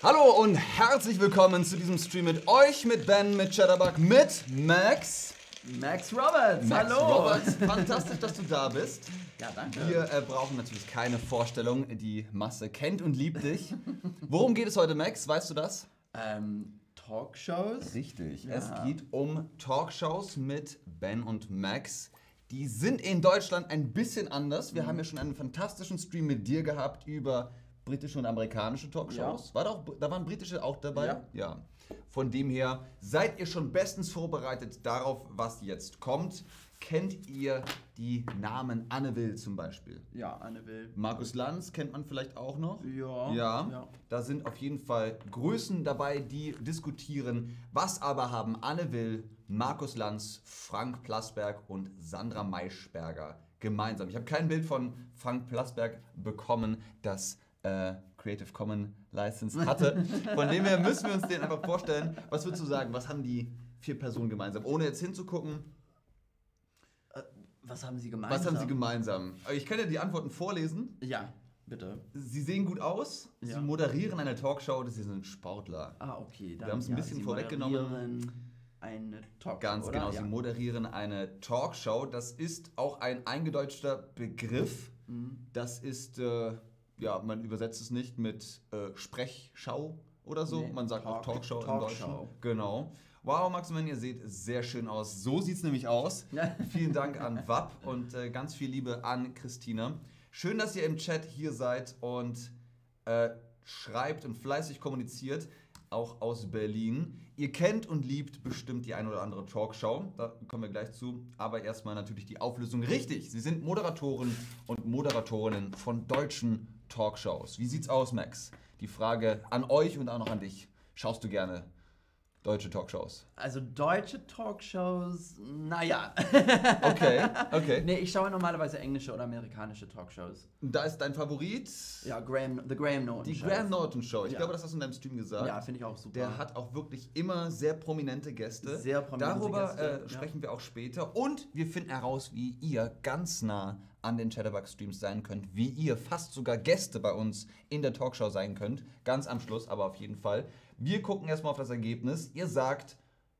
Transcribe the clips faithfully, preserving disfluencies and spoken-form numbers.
Hallo und herzlich willkommen zu diesem Stream mit euch, mit Ben, mit Chatterbug, mit Max. Max Roberts, Max hallo. Roberts, fantastisch, dass du da bist. Ja, danke. Wir äh, brauchen natürlich keine Vorstellung, die Masse kennt und liebt dich. Worum geht es heute, Max? Weißt du das? Ähm, Talkshows? Richtig, Ja. es geht um Talkshows mit Ben und Max. Die sind in Deutschland ein bisschen anders. Wir mhm. haben ja schon einen fantastischen Stream mit dir gehabt über britische und amerikanische Talkshows. Ja. War da, auch, da waren britische auch dabei? Ja. Ja. Von dem her seid ihr schon bestens vorbereitet darauf, was jetzt kommt. Kennt ihr die Namen Anne Will zum Beispiel? Ja, Anne Will. Markus Lanz kennt man vielleicht auch noch? Ja. Ja. ja. Da sind auf jeden Fall Größen dabei, die diskutieren. Was aber haben Anne Will, Markus Lanz, Frank Plasberg und Sandra Maischberger gemeinsam? Ich habe kein Bild von Frank Plasberg bekommen, das äh, Creative Commons License hatte. Von dem her müssen wir uns den einfach vorstellen. Was würdest du sagen, was haben die vier Personen gemeinsam? Ohne jetzt hinzugucken. Was haben sie gemeinsam? Was haben sie gemeinsam? Ich kann ja die Antworten vorlesen. Ja, bitte. Sie sehen gut aus. Ja. Sie moderieren eine Talkshow. Sie sind Sportler. Ah, okay. Dann, wir haben es ein ja, bisschen sie vorweggenommen. Eine Talkshow. Ganz oder? genau. Ja. Sie moderieren eine Talkshow. Das ist auch ein eingedeutschter Begriff. Mhm. Das ist, äh, ja, man übersetzt es nicht mit äh, Sprechschau oder so. Nee, man sagt Talk, auch Talkshow, Talkshow im Deutschen. Genau. Wow, Max und Ben, ihr seht sehr schön aus. So sieht es nämlich aus. Vielen Dank an W A P und äh, ganz viel Liebe an Christina. Schön, dass ihr im Chat hier seid und äh, schreibt und fleißig kommuniziert, auch aus Berlin. Ihr kennt und liebt bestimmt die ein oder andere Talkshow, da kommen wir gleich zu. Aber erstmal natürlich die Auflösung. Richtig, Sie sind Moderatoren und Moderatorinnen von deutschen Talkshows. Wie sieht's aus, Max? Die Frage an euch und auch noch an dich. Schaust du gerne deutsche Talkshows? Also deutsche Talkshows, naja. Okay, okay. Nee, ich schaue normalerweise englische oder amerikanische Talkshows. Da ist dein Favorit? Ja, Graham, The Graham Norton Die Show. Graham Norton Show. Ich ja. glaube, das hast du in deinem Stream gesagt. Ja, finde ich auch super. Der hat auch wirklich immer sehr prominente Gäste. Sehr prominente Darüber Gäste. äh, sprechen ja. wir auch später. Und wir finden heraus, wie ihr ganz nah an den Chatterbug-Streams sein könnt. Wie ihr fast sogar Gäste bei uns in der Talkshow sein könnt. Ganz am Schluss, aber auf jeden Fall. Wir gucken erstmal auf das Ergebnis. Ihr sagt,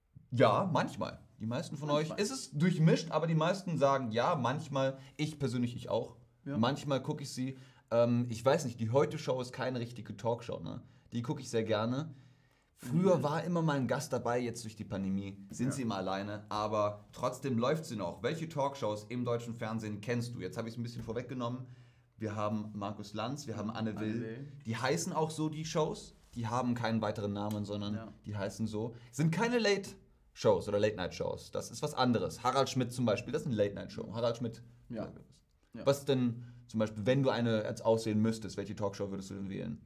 ja, manchmal. Die meisten von manchmal. euch, ist es durchmischt, aber die meisten sagen ja, manchmal. Ich persönlich, ich auch. Ja. Manchmal gucke ich sie. Ähm, ich weiß nicht, die Heute-Show ist keine richtige Talkshow, ne? Die gucke ich sehr gerne. Früher mhm. war immer mal ein Gast dabei, jetzt durch die Pandemie sind ja. sie immer alleine, aber trotzdem läuft sie noch. Welche Talkshows im deutschen Fernsehen kennst du? Jetzt habe ich es ein bisschen vorweggenommen. Wir haben Markus Lanz, wir haben Anne Will. Anne Will. Die heißen auch so, die Shows. Die haben keinen weiteren Namen, sondern ja. die heißen so. Sind keine Late-Shows oder Late-Night-Shows. Das ist was anderes. Harald Schmidt zum Beispiel, das ist eine Late-Night-Show. Harald Schmidt. Ja. Ja. Was denn zum Beispiel, wenn du eine als aussehen müsstest, welche Talkshow würdest du denn wählen?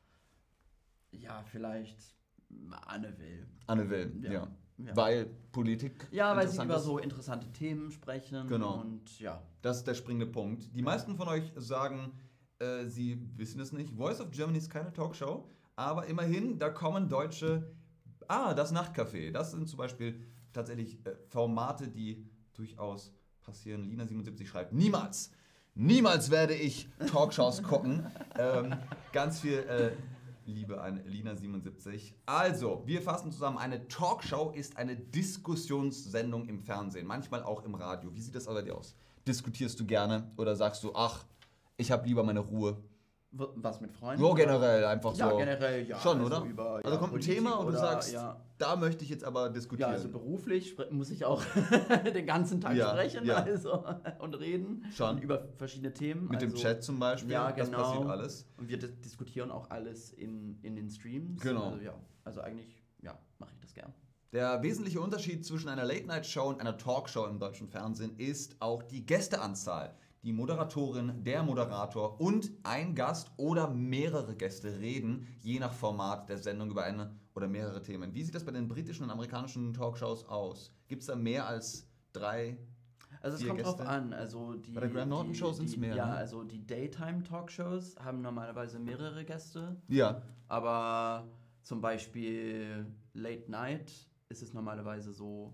Ja, vielleicht Anne Will. Anne Will, ja. ja. ja. Weil Politik. Ja, weil sie über so interessante Themen sprechen. Genau. Und ja. Das ist der springende Punkt. Die meisten von euch sagen, äh, sie wissen es nicht. Voice of Germany ist keine Talkshow. Aber immerhin, da kommen deutsche, ah, das Nachtcafé. Das sind zum Beispiel tatsächlich äh, Formate, die durchaus passieren. Lina siebenundsiebzig schreibt, niemals, niemals werde ich Talkshows gucken. ähm, ganz viel äh, Liebe an Lina siebenundsiebzig. Also, wir fassen zusammen, eine Talkshow ist eine Diskussionssendung im Fernsehen, manchmal auch im Radio. Wie sieht das aber dir aus? Diskutierst du gerne oder sagst du, ach, ich habe lieber meine Ruhe? Was mit Freunden? So generell, einfach ja, so. Ja, generell, ja. Schon, also oder? Über, also ja, kommt Politik ein Thema und oder, du sagst, ja. da möchte ich jetzt aber diskutieren. Ja, also beruflich muss ich auch den ganzen Tag ja, sprechen ja. Also, und reden. Schon. Und über verschiedene Themen. Mit also, dem Chat zum Beispiel, ja, genau. das passiert alles. Und wir diskutieren auch alles in, in den Streams. Genau. Also, ja, also eigentlich, ja, mache ich das gern. Der wesentliche Unterschied zwischen einer Late-Night-Show und einer Talkshow im deutschen Fernsehen ist auch die Gästeanzahl. Die Moderatorin, der Moderator und ein Gast oder mehrere Gäste reden, je nach Format der Sendung, über eine oder mehrere Themen. Wie sieht das bei den britischen und amerikanischen Talkshows aus? Gibt es da mehr als drei, Also es vier kommt Gäste? drauf an. Also die, bei der Graham Norton die, Show sind es die, mehr. Ja, ne? also die Daytime-Talkshows haben normalerweise mehrere Gäste. Ja. Aber zum Beispiel Late Night ist es normalerweise so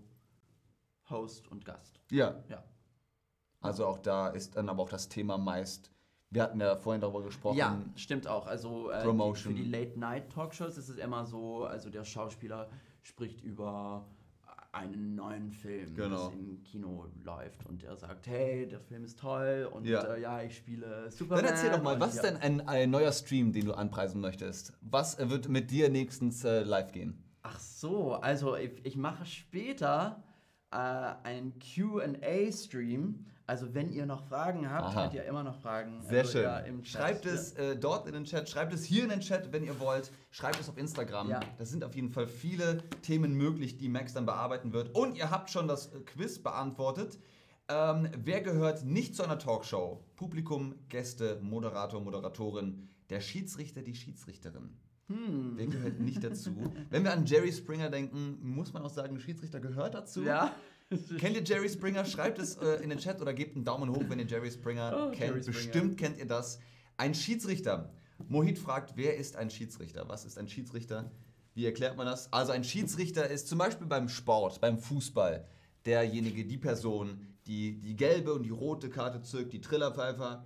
Host und Gast. Ja. Ja. Also auch da ist dann aber auch das Thema meist Wir hatten ja vorhin darüber gesprochen. Ja, stimmt auch. Also äh, die, Promotion. für die Late-Night-Talkshows ist es immer so, also der Schauspieler spricht über einen neuen Film, Genau. der im Kino läuft und der sagt, hey, der Film ist toll und Ja. äh, ja, ich spiele Superman. Dann erzähl doch mal, und was ist ja. denn ein, ein neuer Stream, den du anpreisen möchtest? Was äh, wird mit dir nächstens äh, live gehen? Ach so, also ich, ich mache später äh, einen Q and A-Stream. Also wenn ihr noch Fragen habt, Aha. könnt ihr immer noch fragen. Sehr also, schön. Ja, im Chat. Schreibt es äh, dort in den Chat, schreibt es hier in den Chat, wenn ihr wollt. Schreibt es auf Instagram. Ja. Das sind auf jeden Fall viele Themen möglich, die Max dann bearbeiten wird. Und ihr habt schon das äh, Quiz beantwortet. Ähm, wer gehört nicht zu einer Talkshow? Publikum, Gäste, Moderator, Moderatorin, der Schiedsrichter, die Schiedsrichterin. Hm. Wer gehört nicht dazu? Wenn wir an Jerry Springer denken, muss man auch sagen, der Schiedsrichter gehört dazu. Ja. Kennt ihr Jerry Springer? Schreibt es äh, in den Chat oder gebt einen Daumen hoch, wenn ihr Jerry Springer Oh, kennt. Jerry Springer. Bestimmt kennt ihr das. Ein Schiedsrichter. Mohit fragt, wer ist ein Schiedsrichter? Was ist ein Schiedsrichter? Wie erklärt man das? Also ein Schiedsrichter ist zum Beispiel beim Sport, beim Fußball, derjenige, die Person, die die gelbe und die rote Karte zückt, die Trillerpfeifer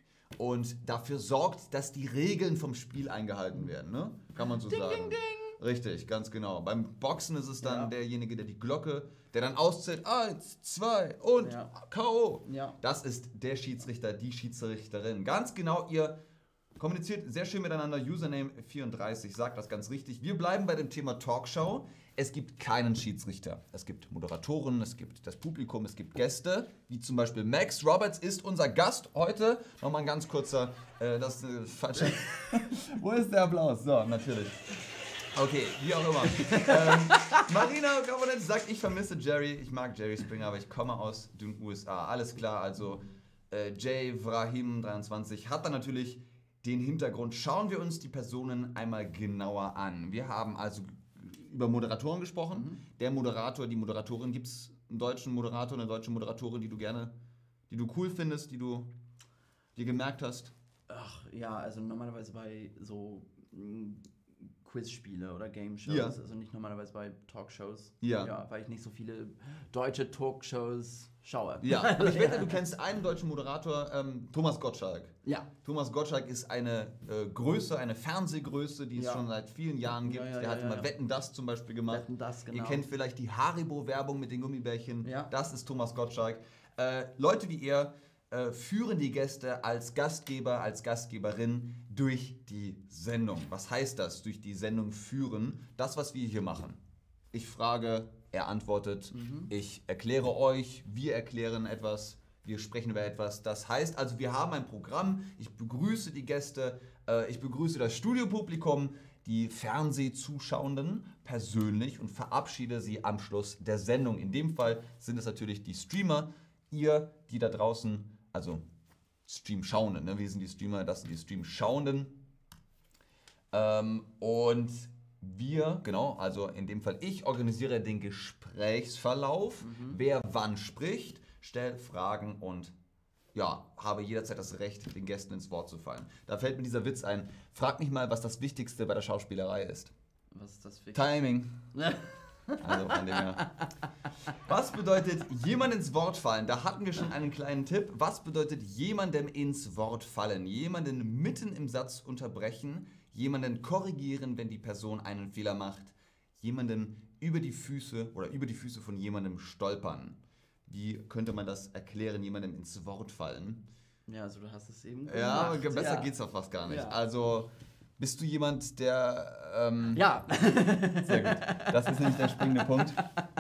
und dafür sorgt, dass die Regeln vom Spiel eingehalten werden. Ne? Kann man so Ding, sagen. ding, ding. Richtig, ganz genau. Beim Boxen ist es dann Ja. derjenige, der die Glocke, der dann auszählt, eins, zwei und Ja. K O. Ja. Das ist der Schiedsrichter, die Schiedsrichterin. Ganz genau, ihr kommuniziert sehr schön miteinander. Username vierunddreißig sagt das ganz richtig. Wir bleiben bei dem Thema Talkshow. Es gibt keinen Schiedsrichter. Es gibt Moderatoren, es gibt das Publikum, es gibt Gäste, wie zum Beispiel Max Roberts ist unser Gast heute. Nochmal ein ganz kurzer, äh, das ist äh, falsch. Wo ist der Applaus? So, natürlich. Okay, wie auch immer. ähm, Marina Gavonetz sagt, ich vermisse Jerry. Ich mag Jerry Springer, aber ich komme aus den U S A. Alles klar, also äh, Jay Vrahim dreiundzwanzig hat dann natürlich den Hintergrund. Schauen wir uns die Personen einmal genauer an. Wir haben also über Moderatoren gesprochen. Mhm. Der Moderator, die Moderatorin, gibt es einen deutschen Moderator, eine deutsche Moderatorin, die du gerne, die du cool findest, die du dir gemerkt hast? Ach ja, also normalerweise bei so mh, Quizspiele oder Game-Shows, Ja. also nicht normalerweise bei Talkshows. Ja. Ja, weil ich nicht so viele deutsche Talkshows schaue. Ja, aber ich wette, du kennst einen deutschen Moderator, ähm, Thomas Gottschalk. Ja. Thomas Gottschalk ist eine äh, Größe, eine Fernsehgröße, die es Ja. schon seit vielen Jahren gibt. Ja, ja, Der ja, hat ja, immer ja. Wetten, das zum Beispiel gemacht. Wetten, das, genau. Ihr kennt vielleicht die Haribo-Werbung mit den Gummibärchen. Ja. Das ist Thomas Gottschalk. Äh, Leute wie er äh, führen die Gäste als Gastgeber, als Gastgeberin durch die Sendung. Was heißt das, durch die Sendung führen? Das, was wir hier machen. Ich frage, er antwortet, Mhm. ich erkläre euch, wir erklären etwas, wir sprechen über etwas. Das heißt also, wir haben ein Programm, ich begrüße die Gäste, äh, ich begrüße das Studiopublikum, die Fernsehzuschauenden persönlich und verabschiede sie am Schluss der Sendung. In dem Fall sind es natürlich die Streamer, ihr, die da draußen, also Stream-Schauenden, ne? Wir sind die Streamer, das sind die Stream-Schauenden. Ähm, und wir, genau, also in dem Fall ich, organisiere den Gesprächsverlauf, Mhm. wer wann spricht, stelle Fragen und ja, habe jederzeit das Recht, den Gästen ins Wort zu fallen. Da fällt mir dieser Witz ein. Frag mich mal, was das Wichtigste bei der Schauspielerei ist. Was ist das für... Timing. Also von dem her. Was bedeutet jemand ins Wort fallen? Da hatten wir schon einen kleinen Tipp. Was bedeutet jemandem ins Wort fallen? Jemanden mitten im Satz unterbrechen, jemanden korrigieren, wenn die Person einen Fehler macht, jemanden über die Füße oder über die Füße von jemandem stolpern. Wie könnte man das erklären, jemandem ins Wort fallen? Ja, also du hast es eben Ja, aber gemacht. besser ja. geht's doch fast gar nicht. Ja. Also bist du jemand, der... Ähm, Ja. Sehr gut. Das ist nämlich der springende Punkt.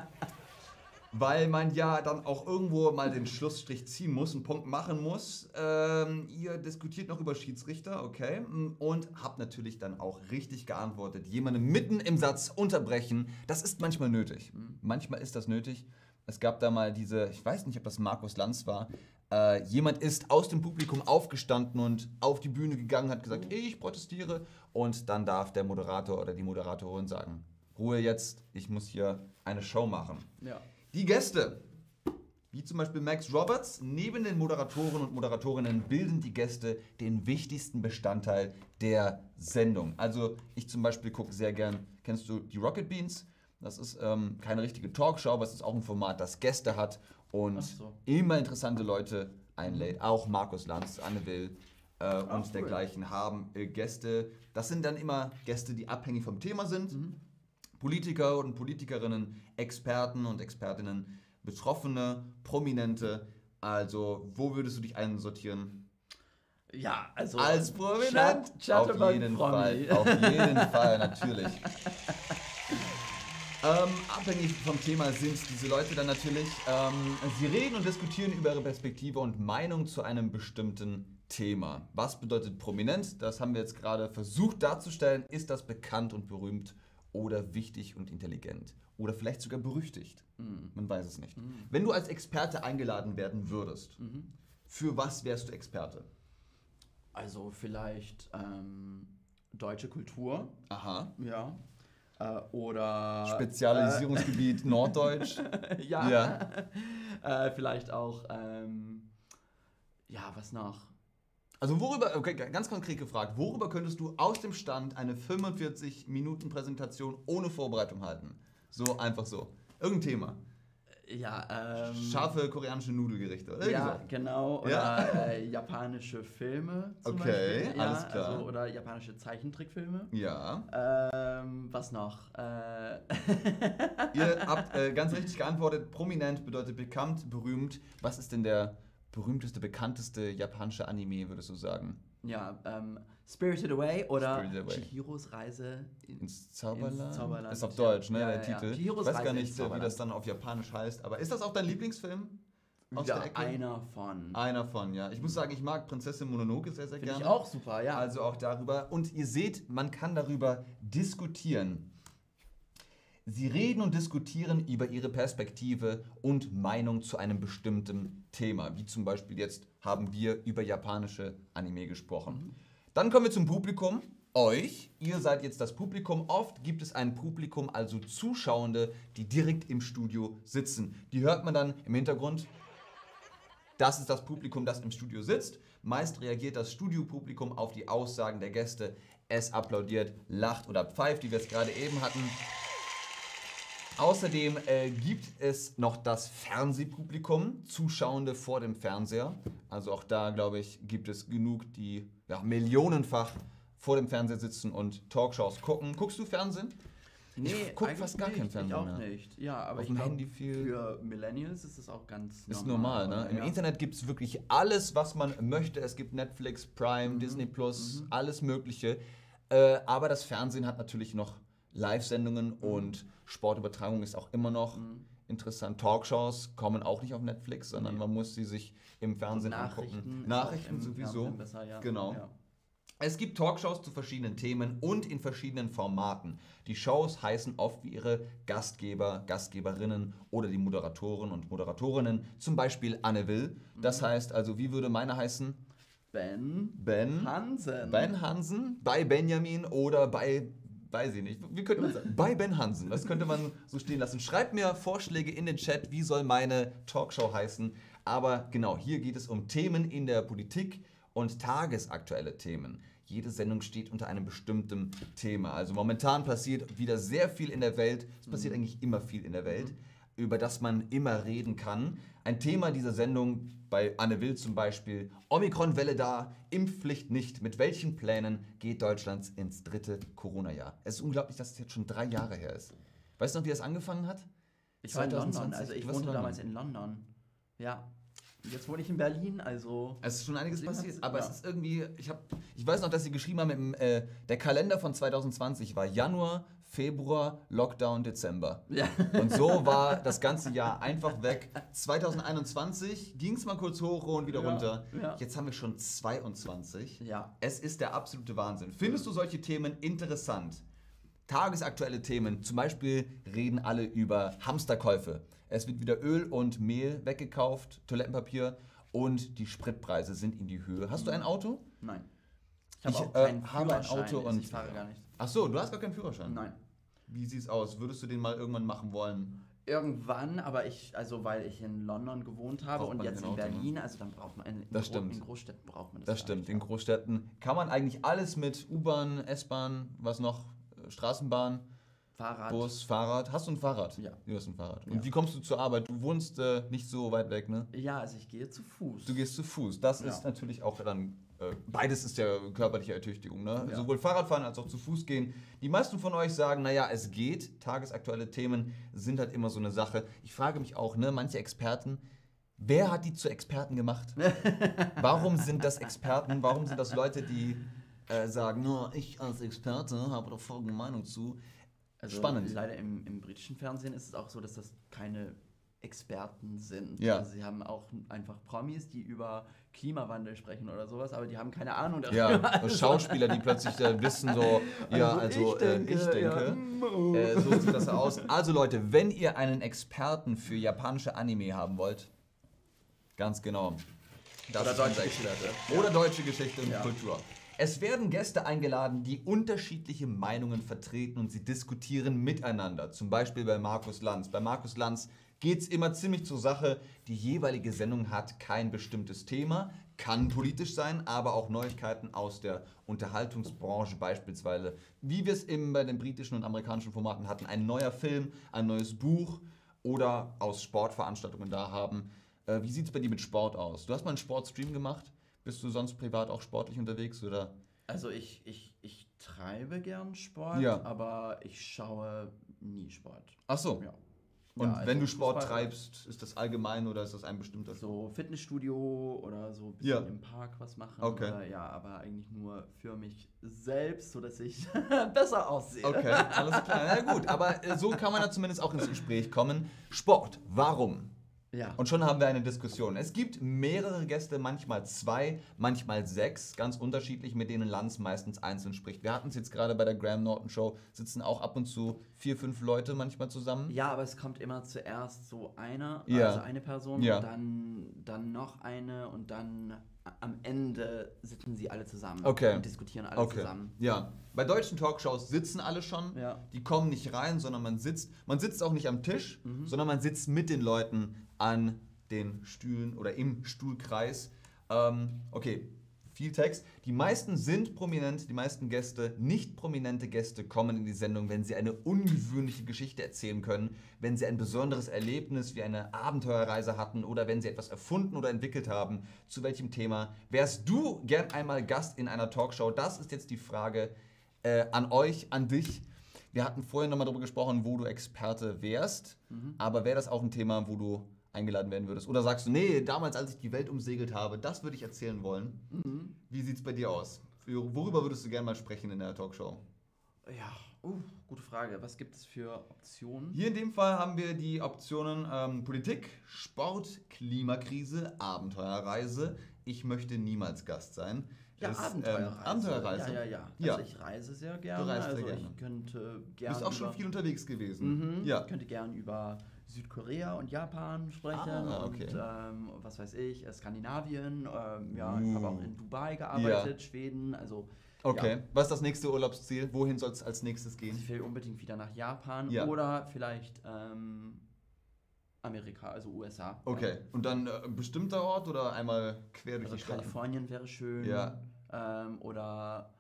Weil man ja dann auch irgendwo mal den Schlussstrich ziehen muss, einen Punkt machen muss. Ähm, ihr diskutiert noch über Schiedsrichter, okay. Und habt natürlich dann auch richtig geantwortet. Jemanden mitten im Satz unterbrechen, das ist manchmal nötig. Mhm. Manchmal ist das nötig. Es gab da mal diese, ich weiß nicht, ob das Markus Lanz war, äh, jemand ist aus dem Publikum aufgestanden und auf die Bühne gegangen, hat gesagt, ich protestiere. Und dann darf der Moderator oder die Moderatorin sagen, Ruhe jetzt, ich muss hier eine Show machen. Ja. Die Gäste, wie zum Beispiel Max Roberts, neben den Moderatoren und Moderatorinnen bilden die Gäste den wichtigsten Bestandteil der Sendung. Also ich zum Beispiel gucke sehr gern, kennst du die Rocket Beans? Das ist ähm, keine richtige Talkshow, aber es ist auch ein Format, das Gäste hat und Ach so. immer interessante Leute einlädt. Auch Markus Lanz, Anne Will äh, und cool. dergleichen haben äh, Gäste. Das sind dann immer Gäste, die abhängig vom Thema sind. Mhm. Politiker und Politikerinnen, Experten und Expertinnen, Betroffene, Prominente. Also, wo würdest du dich einsortieren? Ja, also Als Prominent? Chat, Chat Auf jeden Fall, auf jeden Fall, natürlich. ähm, abhängig vom Thema sind diese Leute dann natürlich, ähm, sie reden und diskutieren über ihre Perspektive und Meinung zu einem bestimmten Thema. Was bedeutet prominent? Das haben wir jetzt gerade versucht darzustellen. Ist das bekannt und berühmt oder wichtig und intelligent? Oder vielleicht sogar berüchtigt? Mhm. Man weiß es nicht. Mhm. Wenn du als Experte eingeladen werden würdest, Mhm. für was wärst du Experte? Also vielleicht ähm, deutsche Kultur, Aha. ja. Äh, oder Spezialisierungsgebiet Norddeutsch. Äh, ja. Ja. äh, vielleicht auch ähm, ja, was noch? Also worüber, okay, ganz konkret gefragt, worüber könntest du aus dem Stand eine fünfundvierzig Minuten Präsentation ohne Vorbereitung halten? So, einfach so. Irgendein Thema. Ja, ähm, Scharfe koreanische Nudelgerichte, oder? ja, Irgendwie genau. Oder Ja? äh, japanische Filme zum Okay, Beispiel. alles klar. Also, oder japanische Zeichentrickfilme. so. Ja. Ähm, was noch? Äh, Ihr habt äh, ganz richtig geantwortet, prominent bedeutet bekannt, berühmt. Was ist denn der berühmteste, bekannteste japanische Anime, würdest du sagen? ja, ähm, Spirited Away oder Spirited Away. Chihiros Reise in, Ins Zauberland? Ins Zauberland, Ist auf ja. Deutsch, ne, Ja, der ja, ja. Titel. Chihiros Ich weiß gar Reise nicht, ins äh, wie Zauberland. das dann auf Japanisch heißt, aber ist das auch dein Lieblingsfilm? Aus ja, der Ecke? einer von. Einer von, ja. Ich muss sagen, ich mag Prinzessin Mononoke sehr, sehr Finde gerne. ich auch super, ja. Also auch darüber. Und ihr seht, man kann darüber diskutieren. Sie reden und diskutieren über ihre Perspektive und Meinung zu einem bestimmten Thema. Wie zum Beispiel jetzt haben wir über japanische Anime gesprochen. Dann kommen wir zum Publikum. Euch, ihr seid jetzt das Publikum. Oft gibt es ein Publikum, also Zuschauende, die direkt im Studio sitzen. Die hört man dann im Hintergrund. Das ist das Publikum, das im Studio sitzt. Meist reagiert das Studiopublikum auf die Aussagen der Gäste. Es applaudiert, lacht oder pfeift, wie wir es gerade eben hatten. Außerdem äh, gibt es noch das Fernsehpublikum, Zuschauende vor dem Fernseher. Also auch da, glaube ich, gibt es genug, die ja, millionenfach vor dem Fernseher sitzen und Talkshows gucken. Guckst du Fernsehen? Nee, ich gucke eigentlich fast gar nicht. kein Fernsehen Ich auch mehr. nicht. Ja, aber Auf ich dem glaub, Handy viel. für Millennials ist es auch ganz normal. Ist normal, ne? oder? Im Ja. Internet gibt es wirklich alles, was man möchte. Es gibt Netflix, Prime, Disney Plus, alles Mögliche. Äh, aber das Fernsehen hat natürlich noch Live-Sendungen und Sportübertragung ist auch immer noch interessant. Talkshows kommen auch nicht auf Netflix, sondern Nee. man muss sie sich im Fernsehen Nachrichten angucken. ist Nachrichten auch im sowieso. Fernsehen besser, ja. Genau. Ja. Es gibt Talkshows zu verschiedenen Themen und in verschiedenen Formaten. Die Shows heißen oft wie ihre Gastgeber, Gastgeberinnen oder die Moderatoren und Moderatorinnen, zum Beispiel Anne Will. Das heißt also, wie würde meine heißen? Ben Ben Hansen. Ben Hansen bei Benjamin oder bei, weiß ich nicht, wie könnte man sagen? Bei Ben Hansen. Das könnte man so stehen lassen. Schreibt mir Vorschläge in den Chat, wie soll meine Talkshow heißen. Aber genau, hier geht es um Themen in der Politik und tagesaktuelle Themen. Jede Sendung steht unter einem bestimmten Thema. Also momentan passiert wieder sehr viel in der Welt. Es passiert eigentlich immer viel in der Welt, über das man immer reden kann. Ein Thema dieser Sendung bei Anne Will zum Beispiel: Omikron-Welle da, Impfpflicht nicht. Mit welchen Plänen geht Deutschland ins dritte Corona-Jahr? Es ist unglaublich, dass es jetzt schon drei Jahre her ist. Weißt du noch, wie das angefangen hat? Ich war in London, zwanzig also ich Du warst wohnte in London. damals in London. Ja. Jetzt wohne ich in Berlin, also. Es ist schon einiges Sieben passiert, hat's- aber ja. es ist irgendwie, ich, hab, ich weiß noch, dass sie geschrieben haben, im, äh, der Kalender von zwanzig zwanzig war Januar, Februar, Lockdown, Dezember. Ja. Und so war das ganze Jahr einfach weg. zwanzig einundzwanzig ging es mal kurz hoch und wieder Ja, runter. ja. Jetzt haben wir schon zweiundzwanzig. Ja. Es ist der absolute Wahnsinn. Findest du solche Themen interessant? Tagesaktuelle Themen, zum Beispiel reden alle über Hamsterkäufe. Es wird wieder Öl und Mehl weggekauft, Toilettenpapier und die Spritpreise sind in die Höhe. Hast du ein Auto? Nein. Ich habe Ich, auch äh, keinen habe ein Führerschein, Auto und- ich fahre gar nicht. Ach so, du hast gar keinen Führerschein. Nein. Wie sieht's aus? Würdest du den mal irgendwann machen wollen? Irgendwann, aber ich, also weil ich in London gewohnt habe Braucht und man jetzt kein in Auto, ne? Berlin, also dann braucht man in, in, Das Gro- stimmt. in Großstädten braucht man das. Das gar stimmt, nicht, in ja. Großstädten kann man eigentlich alles mit U-Bahn, S-Bahn, was noch, äh, Straßenbahn, Fahrrad. Bus, Fahrrad. Hast du ein Fahrrad? Ja. Du hast ein Fahrrad. Ja. Und wie kommst du zur Arbeit? Du wohnst äh, nicht so weit weg, ne? Ja, also ich gehe zu Fuß. Du gehst zu Fuß. Das Ja. ist natürlich auch dann äh, beides ist ja körperliche Ertüchtigung, ne? Ja. Sowohl Fahrradfahren als auch zu Fuß gehen. Die meisten von euch sagen, naja, es geht. Tagesaktuelle Themen sind halt immer so eine Sache. Ich frage mich auch, ne, manche Experten, wer hat die zu Experten gemacht? Warum sind das Experten? Warum sind das Leute, die äh, sagen, no, ich als Experte habe da folgende Meinung zu? Also Spannend. Leider im, im britischen Fernsehen ist es auch so, dass das keine Experten sind. Ja. Also sie haben auch einfach Promis, die über Klimawandel sprechen oder sowas, aber die haben keine Ahnung darüber. Ja, Also- Schauspieler, die plötzlich äh, wissen so, ja, also, ich denke, äh, ich denke ja. äh, so sieht das aus. Also Leute, wenn ihr einen Experten für japanische Anime haben wollt, ganz genau. Das Oder ist unser deutsche Experte. Geschichte. Oder deutsche Geschichte und Ja. Kultur. Es werden Gäste eingeladen, die unterschiedliche Meinungen vertreten und sie diskutieren miteinander. Zum Beispiel bei Markus Lanz. Bei Markus Lanz geht es immer ziemlich zur Sache. Die jeweilige Sendung hat kein bestimmtes Thema, kann politisch sein, aber auch Neuigkeiten aus der Unterhaltungsbranche beispielsweise. Wie wir es eben bei den britischen und amerikanischen Formaten hatten. Ein neuer Film, ein neues Buch oder aus Sportveranstaltungen da haben. Äh, wie sieht es bei dir mit Sport aus? Du hast mal einen Sportstream gemacht. Bist du sonst privat auch sportlich unterwegs, oder? Also ich, ich, ich treibe gern Sport, Ja. aber ich schaue nie Sport. Ach so. Ja. Und Ja, also wenn du Sport Fußball- treibst, ist das allgemein oder ist das ein bestimmter? So Fitnessstudio oder so ein bisschen Ja. im Park was machen. Okay. Oder, ja, aber eigentlich nur für mich selbst, sodass ich besser aussehe. Okay, alles klar. Na gut, aber äh, so kann man da zumindest auch ins Gespräch kommen. Sport, warum? Ja. Und schon haben wir eine Diskussion. Es gibt mehrere Gäste, manchmal zwei, manchmal sechs, ganz unterschiedlich, mit denen Lanz meistens einzeln spricht. Wir hatten es jetzt gerade bei der Graham Norton Show, sitzen auch ab und zu vier, fünf Leute manchmal zusammen. Ja, aber es kommt immer zuerst so einer, Ja. also eine Person, Ja. und dann, dann noch eine und dann a- am Ende sitzen sie alle zusammen Okay. und diskutieren alle Okay. zusammen. Ja, bei deutschen Talkshows sitzen alle schon. Ja. Die kommen nicht rein, sondern man sitzt. Man sitzt auch nicht am Tisch, Mhm. sondern man sitzt mit den Leuten an den Stühlen oder im Stuhlkreis. Ähm, okay, viel Text. Die meisten sind prominent, die meisten Gäste, nicht prominente Gäste kommen in die Sendung, wenn sie eine ungewöhnliche Geschichte erzählen können, wenn sie ein besonderes Erlebnis wie eine Abenteuerreise hatten oder wenn sie etwas erfunden oder entwickelt haben. Zu welchem Thema? Wärst du gern einmal Gast in einer Talkshow? Das ist jetzt die Frage äh, an euch, an dich. Wir hatten vorhin nochmal darüber gesprochen, wo du Experte wärst, Mhm. aber wäre das auch ein Thema, wo du eingeladen werden würdest? Oder sagst du, nee, damals, als ich die Welt umsegelt habe, das würde ich erzählen wollen. Mhm. Wie sieht es bei dir aus? Für, worüber würdest du gerne mal sprechen in der Talkshow? Ja, uh, gute Frage. Was gibt es für Optionen? Hier in dem Fall haben wir die Optionen ähm, Politik, Sport, Klimakrise, Abenteuerreise. Ich möchte niemals Gast sein. Ja, Das, Abenteuerreise. Ähm, Abenteuerreise. Ja, ja, ja. Ja. Also ich reise sehr gerne. reist sehr also gerne. ich könnte Du gerne. bist auch schon über- viel unterwegs gewesen. Mhm. Ja. Ich könnte gern über Südkorea und Japan sprechen Ah, okay. und ähm, was weiß ich, äh, Skandinavien. Ähm, ja, ich Uh. habe auch in Dubai gearbeitet, Schweden. Also Okay. Ja. Was ist das nächste Urlaubsziel? Wohin soll es als nächstes gehen? ich will unbedingt wieder nach Japan Ja. oder vielleicht ähm, Amerika, also U S A. Okay. Und dann äh, ein bestimmter Ort oder einmal quer durch Also die Staaten? Kalifornien wäre schön. Ja. Ähm, oder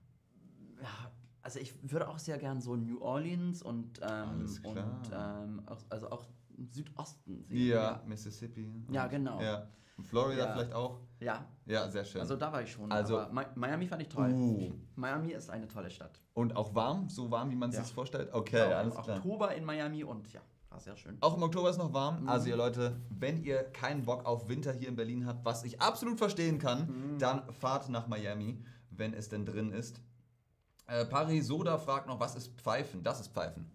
ja, also ich würde auch sehr gern so New Orleans und, ähm, Alles und klar. ähm, auch, also auch im Südosten sehen. Ja, Mississippi. Ja, genau. Ja. Und Florida Ja. vielleicht auch? Ja, Ja, sehr schön. also da war ich schon. Also- aber Mi- Miami fand ich toll. uh. Miami ist eine tolle Stadt. Und auch warm? So warm, wie man es Ja. sich vorstellt? Okay, Auch alles im klar. Oktober in Miami und ja, war sehr schön. Auch im Oktober ist noch warm. Mhm. Also ihr Leute, wenn ihr keinen Bock auf Winter hier in Berlin habt, was ich absolut verstehen kann, Mhm. dann fahrt nach Miami, wenn es denn drin ist. Äh, Paris Soda fragt noch, was ist Pfeifen? Das ist Pfeifen.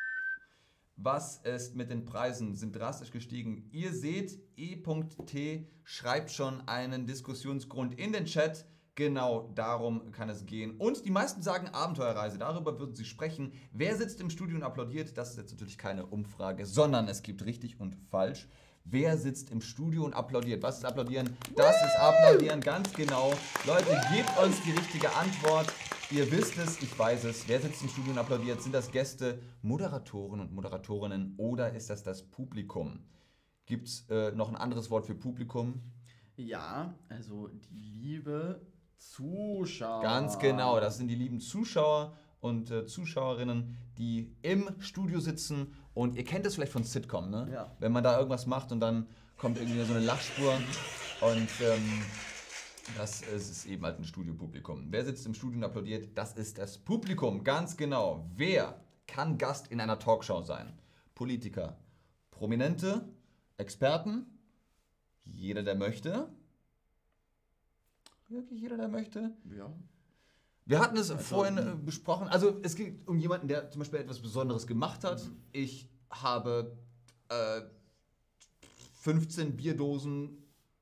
Was ist mit den Preisen? Sind drastisch gestiegen. Ihr seht, e.t schreibt schon einen Diskussionsgrund in den Chat. Genau darum kann es gehen. Und die meisten sagen Abenteuerreise. Darüber würden sie sprechen. Wer sitzt im Studio und applaudiert? Das ist jetzt natürlich keine Umfrage, sondern es gibt richtig und falsch. Wer sitzt im Studio und applaudiert? Was ist applaudieren? Das ist applaudieren, ganz genau. Leute, gebt uns die richtige Antwort. Ihr wisst es, ich weiß es. Wer sitzt im Studio und applaudiert? Sind das Gäste, Moderatoren und Moderatorinnen oder ist das das Publikum? Gibt es äh, noch ein anderes Wort für Publikum? Ja, also die liebe Zuschauer. Ganz genau, das sind die lieben Zuschauer und äh, Zuschauerinnen, die im Studio sitzen. Und ihr kennt es vielleicht von Sitcom, ne? Ja. Wenn man da irgendwas macht und dann kommt irgendwie so eine Lachspur und ähm, Das ist eben halt ein Studiopublikum. Wer sitzt im Studio und applaudiert? Das ist das Publikum, ganz genau. Wer kann Gast in einer Talkshow sein? Politiker, Prominente, Experten, jeder, der möchte. Wirklich jeder, der möchte? Ja. Wir hatten es Also, vorhin äh, besprochen. Also es geht um jemanden, der zum Beispiel etwas Besonderes gemacht hat. Mhm. Ich habe äh, fünfzehn Bierdosen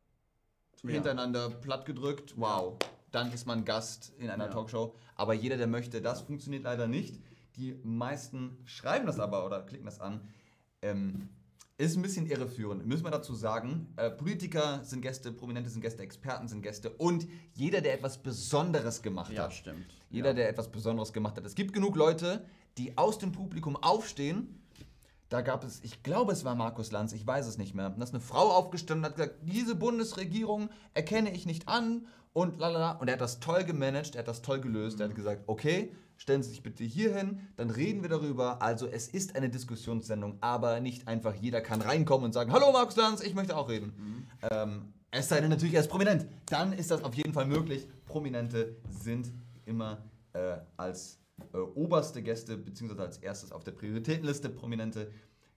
ja. hintereinander platt gedrückt. Wow. Ja. Dann ist man Gast in einer ja. Talkshow. Aber jeder, der möchte, das funktioniert leider nicht. Die meisten schreiben das aber oder klicken das an. Ähm, ist ein bisschen irreführend, müssen wir dazu sagen. Äh, Politiker sind Gäste, Prominente sind Gäste, Experten sind Gäste und jeder, der etwas Besonderes gemacht ja, hat. Stimmt. Jeder, ja. der etwas Besonderes gemacht hat. Es gibt genug Leute, die aus dem Publikum aufstehen. Da gab es, ich glaube, es war Markus Lanz, ich weiß es nicht mehr. Da ist eine Frau aufgestanden und hat gesagt, diese Bundesregierung erkenne ich nicht an und lalala. Und er hat das toll gemanagt, er hat das toll gelöst. Mhm. Er hat gesagt, okay, stellen Sie sich bitte hier hin, dann reden wir darüber. Also es ist eine Diskussionssendung, aber nicht einfach jeder kann reinkommen und sagen, hallo Markus Lanz, ich möchte auch reden. Mhm. Ähm, es sei denn natürlich, er ist prominent. Dann ist das auf jeden Fall möglich. Prominente sind immer äh, als äh, oberste Gäste, beziehungsweise als erstes auf der Prioritätenliste. Prominente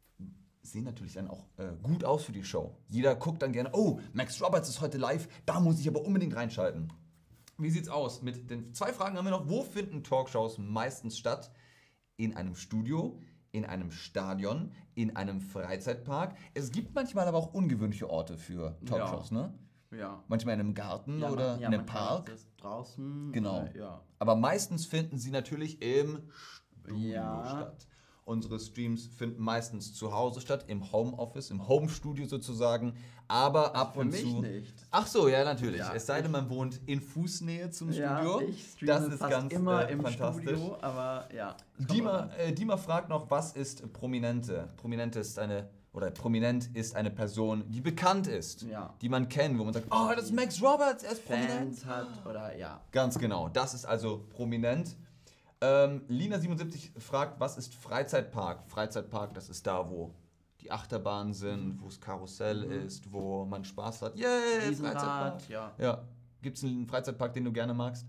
sehen natürlich dann auch äh, gut aus für die Show. Jeder guckt dann gerne, oh, Max Roberts ist heute live, da muss ich aber unbedingt reinschalten. Wie sieht's aus? Mit den zwei Fragen haben wir noch. Wo finden Talkshows meistens statt? In einem Studio, in einem Stadion, in einem Freizeitpark. Es gibt manchmal aber auch ungewöhnliche Orte für Talkshows, ja. ne? Ja. Manchmal in einem Garten ja, oder ja, in einem Park. Draußen. Genau. Äh, ja. Aber meistens finden sie natürlich im Studio ja. statt. Unsere Streams finden meistens zu Hause statt, im Homeoffice, im Homestudio sozusagen, aber ab Für und mich zu... nicht. Ach so, ja, natürlich. Ja, es sei denn, man wohnt in Fußnähe zum ja, Studio. Ich streame das ist fast ganz immer äh, im fantastisch. Studio, aber ja. Dima, äh, Dima fragt noch, was ist Prominente? Prominente ist eine... Oder prominent ist eine Person, die bekannt ist, ja. die man kennt, wo man sagt, oh, das ist Max Roberts, er ist prominent. Fans hat oder ja. Ganz genau, das ist also prominent. Ähm, Lina siebenundsiebzig fragt, was ist Freizeitpark? Freizeitpark, das ist da, wo die Achterbahnen sind, wo es Karussell mhm. ist, wo man Spaß hat. Yay, Freizeitpark. Ja. ja. Gibt es einen Freizeitpark, den du gerne magst?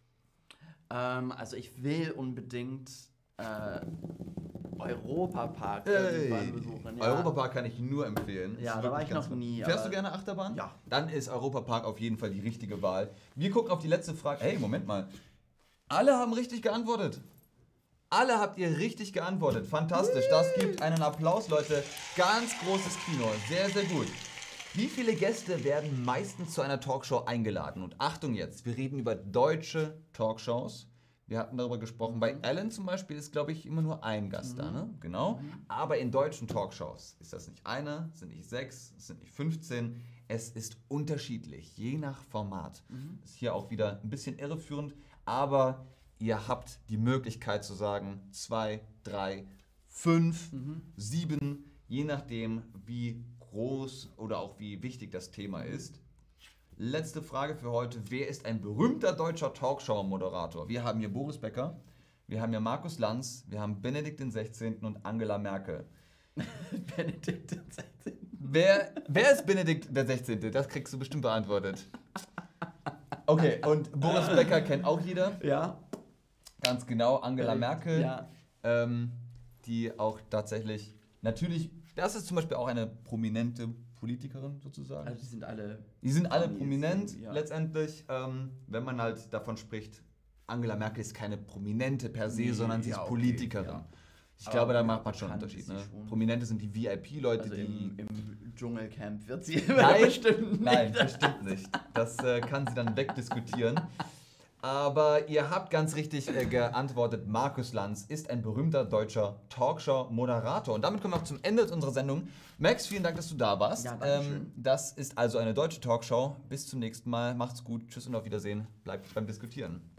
Ähm, also ich will unbedingt äh, Europapark hey. irgendwann besuchen. Ja. Europapark kann ich nur empfehlen. Ja, da war ich noch nie. Fährst du gerne Achterbahn? Ja. Dann ist Europapark auf jeden Fall die richtige Wahl. Wir gucken auf die letzte Frage. Hey, Moment mal. Alle haben richtig geantwortet. Alle habt ihr richtig geantwortet. Fantastisch. Das gibt einen Applaus, Leute. Ganz großes Kino. Sehr, sehr gut. Wie viele Gäste werden meistens zu einer Talkshow eingeladen? Und Achtung jetzt, wir reden über deutsche Talkshows. Wir hatten darüber gesprochen. Bei Ellen zum Beispiel ist, glaube ich, immer nur ein Gast mhm. da, ne? Genau. Aber in deutschen Talkshows ist das nicht einer, sind nicht sechs, es sind nicht fünfzehn. Es ist unterschiedlich, je nach Format. Mhm. Ist hier auch wieder ein bisschen irreführend, aber ihr habt die Möglichkeit zu sagen, zwei, drei, fünf, mhm. sieben, je nachdem, wie groß oder auch wie wichtig das Thema ist. Letzte Frage für heute. Wer ist ein berühmter deutscher Talkshow-Moderator? Wir haben hier Boris Becker, wir haben hier Markus Lanz, wir haben Benedikt den Sechzehnten und Angela Merkel. Benedikt den Sechzehnten Wer, wer ist Benedikt der Sechzehnte? Das kriegst du bestimmt beantwortet. Okay, und Boris Becker kennt auch jeder. Ja. Ganz genau, Angela Merkel, ja. ähm, die auch tatsächlich, natürlich, das ist zum Beispiel auch eine prominente Politikerin sozusagen. Also die sind alle... Die sind alle prominent ja. letztendlich, ähm, wenn man halt davon spricht, Angela Merkel ist keine Prominente per se, nee, sondern sie ja, ist Politikerin. Okay, ja. Ich Aber glaube, da macht man schon einen Unterschied. Ne? Prominente sind die V I P-Leute, also die... Im, im Dschungelcamp wird sie nein, bestimmt nicht. Nein, bestimmt nicht. Das äh, kann sie dann wegdiskutieren. Aber ihr habt ganz richtig äh, geantwortet, Markus Lanz ist ein berühmter deutscher Talkshow-Moderator. Und damit kommen wir auch zum Ende unserer Sendung. Max, vielen Dank, dass du da warst. Ja, danke schön. Ähm, das ist also eine deutsche Talkshow. Bis zum nächsten Mal. Macht's gut. Tschüss und auf Wiedersehen. Bleibt beim Diskutieren.